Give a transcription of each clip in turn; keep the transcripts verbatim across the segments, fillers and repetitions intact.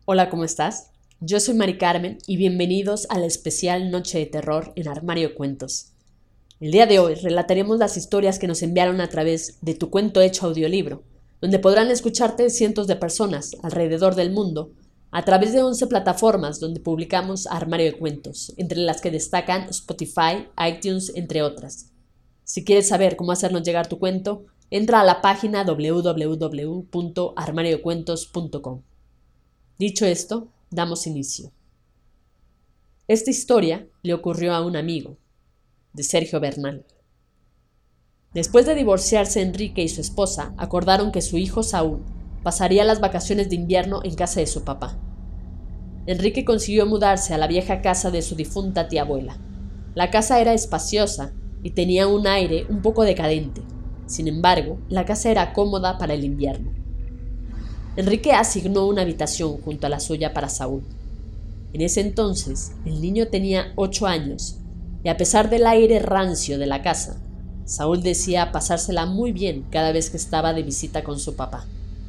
Hola, ¿cómo estás? Yo soy Mari Carmen y bienvenidos a la especial Noche de Terror en Armario de Cuentos. El día de hoy relataremos las historias que nos enviaron a través de Tu Cuento Hecho audiolibro, donde podrán escucharte cientos de personas alrededor del mundo a través de once plataformas donde publicamos Armario de Cuentos, entre las que destacan Spotify, iTunes, entre otras. Si quieres saber cómo hacernos llegar tu cuento, entra a la página doble u doble u doble u punto armario de cuentos punto com. Dicho esto, damos inicio. Esta historia le ocurrió a un amigo, de Sergio Bernal. Después de divorciarse, Enrique y su esposa acordaron que su hijo Saúl pasaría las vacaciones de invierno en casa de su papá. Enrique consiguió mudarse a la vieja casa de su difunta tía abuela. La casa era espaciosa y tenía un aire un poco decadente. Sin embargo, la casa era cómoda para el invierno. Enrique asignó una habitación junto a la suya para Saúl. En ese entonces, el niño tenía ocho años, y a pesar del aire rancio de la casa, Saúl decía pasársela muy bien cada vez que estaba de visita con su papá.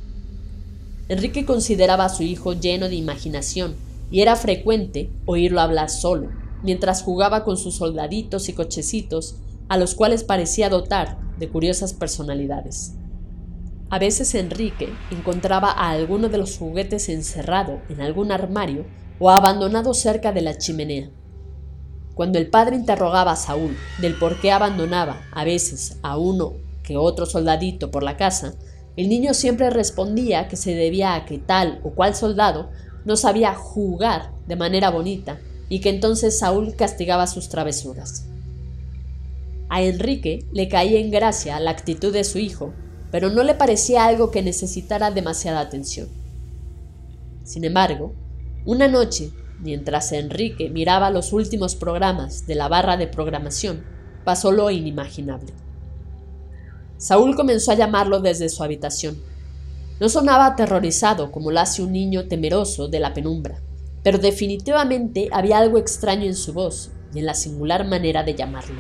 Enrique consideraba a su hijo lleno de imaginación, y era frecuente oírlo hablar solo, mientras jugaba con sus soldaditos y cochecitos, a los cuales parecía dotar de curiosas personalidades. A veces Enrique encontraba a alguno de los juguetes encerrado en algún armario o abandonado cerca de la chimenea. Cuando el padre interrogaba a Saúl del por qué abandonaba a veces a uno que otro soldadito por la casa, el niño siempre respondía que se debía a que tal o cual soldado no sabía jugar de manera bonita y que entonces Saúl castigaba sus travesuras. A Enrique le caía en gracia la actitud de su hijo, pero no le parecía algo que necesitara demasiada atención. Sin embargo, una noche, mientras Enrique miraba los últimos programas de la barra de programación, pasó lo inimaginable. Saúl comenzó a llamarlo desde su habitación. No sonaba aterrorizado como lo hace un niño temeroso de la penumbra, pero definitivamente había algo extraño en su voz y en la singular manera de llamarlo.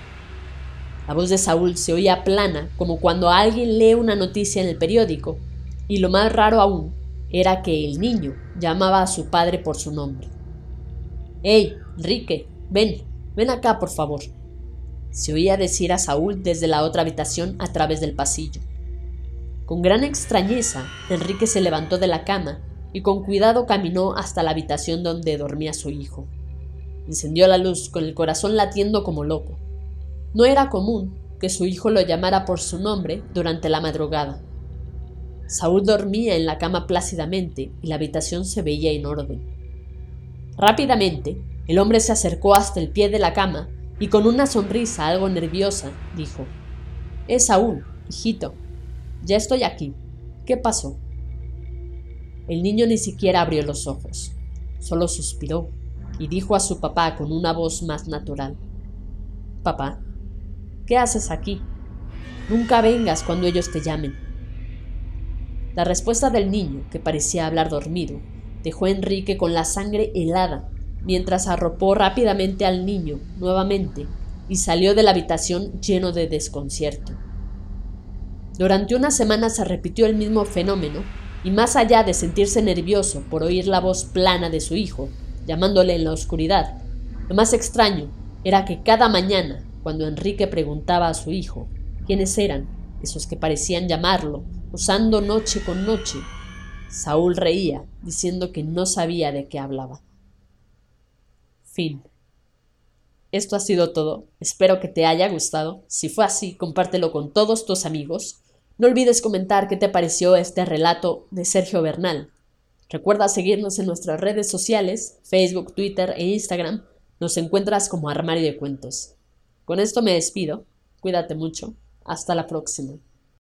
La voz de Saúl se oía plana, como cuando alguien lee una noticia en el periódico, y lo más raro aún era que el niño llamaba a su padre por su nombre. «¡Hey, Enrique! Ven, ven acá, por favor», se oía decir a Saúl desde la otra habitación a través del pasillo. Con gran extrañeza, Enrique se levantó de la cama y con cuidado caminó hasta la habitación donde dormía su hijo. Encendió la luz con el corazón latiendo como loco. No era común que su hijo lo llamara por su nombre durante la madrugada. Saúl dormía en la cama plácidamente y la habitación se veía en orden. Rápidamente, el hombre se acercó hasta el pie de la cama y con una sonrisa algo nerviosa dijo: «Es Saúl, hijito. Ya estoy aquí. ¿Qué pasó?» El niño ni siquiera abrió los ojos. Solo suspiró y dijo a su papá con una voz más natural: «Papá, ¿qué haces aquí? Nunca vengas cuando ellos te llamen». La respuesta del niño, que parecía hablar dormido, dejó a Enrique con la sangre helada, mientras arropó rápidamente al niño nuevamente y salió de la habitación lleno de desconcierto. Durante una semana se repitió el mismo fenómeno, y más allá de sentirse nervioso por oír la voz plana de su hijo, llamándole en la oscuridad, lo más extraño era que cada mañana, cuando Enrique preguntaba a su hijo quiénes eran esos que parecían llamarlo, usando noche con noche, Saúl reía, diciendo que no sabía de qué hablaba. Fin. Esto ha sido todo. Espero que te haya gustado. Si fue así, compártelo con todos tus amigos. No olvides comentar qué te pareció este relato de Sergio Bernal. Recuerda seguirnos en nuestras redes sociales, Facebook, Twitter e Instagram. Nos encuentras como Armario de Cuentos. Con esto me despido. Cuídate mucho. Hasta la próxima.